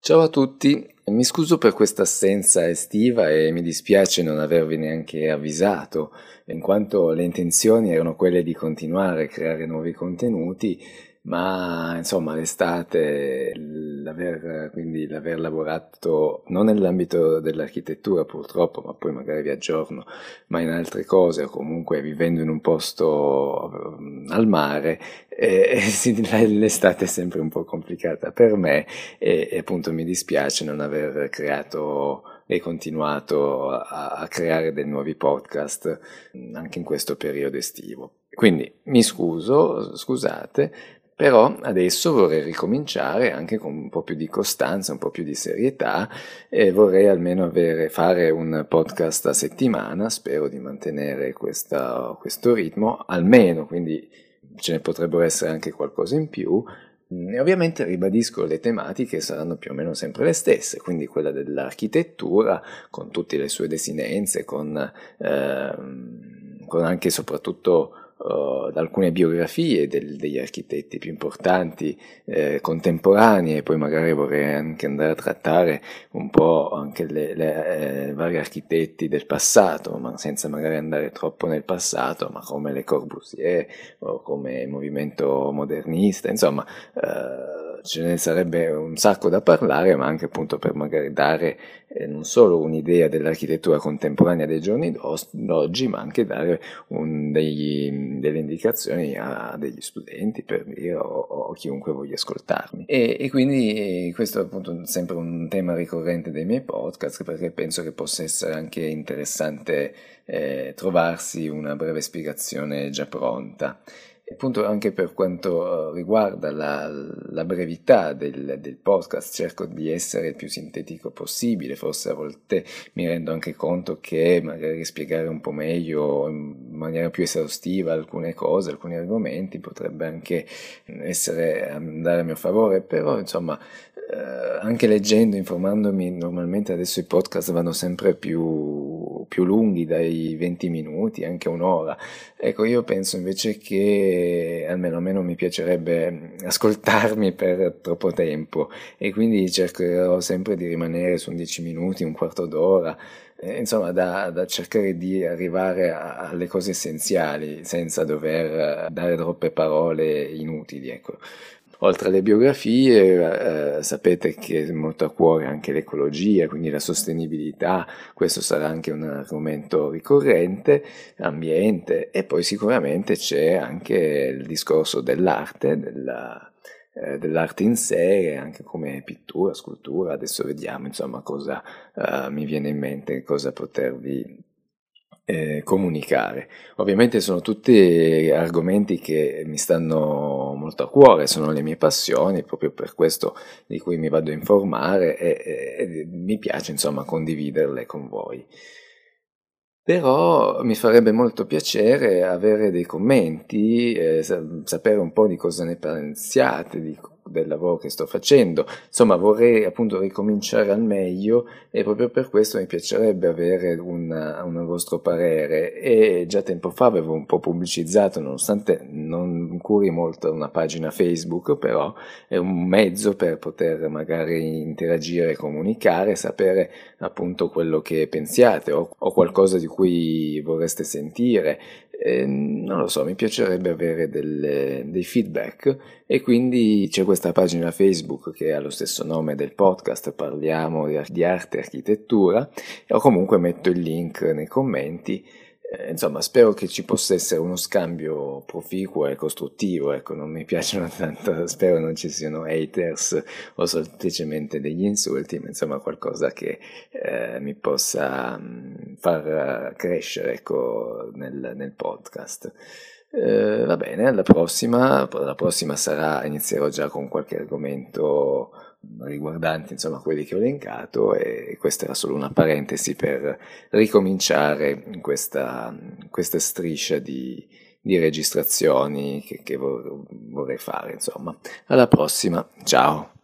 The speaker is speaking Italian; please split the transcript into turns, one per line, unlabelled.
Ciao a tutti, mi scuso per questa assenza estiva e mi dispiace non avervi neanche avvisato, in quanto le intenzioni erano quelle di continuare a creare nuovi contenuti, ma insomma l'estate, l'aver lavorato non nell'ambito dell'architettura purtroppo, ma poi magari vi aggiorno, ma in altre cose o comunque vivendo in un posto al mare, l'estate è sempre un po' complicata per me e appunto mi dispiace non aver creato e continuato a creare dei nuovi podcast anche in questo periodo estivo. Quindi mi scusate, però adesso vorrei ricominciare anche con un po' più di costanza, un po' più di serietà e vorrei almeno fare un podcast a settimana, spero di mantenere questo ritmo, almeno, quindi ce ne potrebbero essere anche qualcosa in più. E ovviamente ribadisco le tematiche saranno più o meno sempre le stesse, quindi quella dell'architettura con tutte le sue desinenze, con anche e soprattutto alcune biografie degli architetti più importanti contemporanei, e poi magari vorrei anche andare a trattare un po' anche le vari architetti del passato, ma senza magari andare troppo nel passato, ma come Le Corbusier o come il movimento modernista, insomma ce ne sarebbe un sacco da parlare, ma anche appunto per magari dare non solo un'idea dell'architettura contemporanea dei giorni d'oggi, ma anche dare delle indicazioni a degli studenti, per dire, o chiunque voglia ascoltarmi. E quindi questo è appunto sempre un tema ricorrente dei miei podcast, perché penso che possa essere anche interessante trovarsi una breve spiegazione già pronta. Appunto anche per quanto riguarda la brevità del podcast cerco di essere il più sintetico possibile, forse a volte mi rendo anche conto che magari spiegare un po' meglio in maniera più esaustiva alcune cose, alcuni argomenti potrebbe anche andare a mio favore, però insomma anche leggendo, informandomi, normalmente adesso i podcast vanno sempre più lunghi, dai 20 minuti anche un'ora. Ecco, io penso invece che almeno a me non mi piacerebbe ascoltarmi per troppo tempo e quindi cercherò sempre di rimanere su 10 minuti, un quarto d'ora, insomma da cercare di arrivare alle cose essenziali senza dover dare troppe parole inutili, ecco. Oltre alle biografie, sapete che è molto a cuore anche l'ecologia, quindi la sostenibilità, questo sarà anche un argomento ricorrente, ambiente, e poi sicuramente c'è anche il discorso dell'arte, dell'arte in sé, anche come pittura, scultura. Adesso vediamo insomma cosa mi viene in mente, cosa potervi comunicare. Ovviamente sono tutti argomenti che mi stanno molto a cuore, sono le mie passioni, proprio per questo di cui mi vado a informare e mi piace insomma condividerle con voi. Però mi farebbe molto piacere avere dei commenti, sapere un po' di cosa ne pensiate del lavoro che sto facendo. Insomma, vorrei appunto ricominciare al meglio e proprio per questo mi piacerebbe avere un vostro parere. E già tempo fa avevo un po' pubblicizzato, nonostante non curi molto una pagina Facebook, però è un mezzo per poter magari interagire, comunicare, sapere appunto quello che pensiate o qualcosa di cui vorreste sentire. Non lo so, mi piacerebbe avere dei feedback e quindi c'è questa pagina Facebook che ha lo stesso nome del podcast, parliamo di arte e architettura, o comunque metto il link nei commenti. Insomma, spero che ci possa essere uno scambio proficuo e costruttivo, ecco, non mi piacciono tanto, spero non ci siano haters o semplicemente degli insulti, ma insomma qualcosa che mi possa far crescere, ecco, nel podcast. Va bene, la prossima inizierò già con qualche argomento riguardante insomma quelli che ho elencato, e questa era solo una parentesi per ricominciare questa striscia di registrazioni che vorrei fare. Insomma, alla prossima, ciao.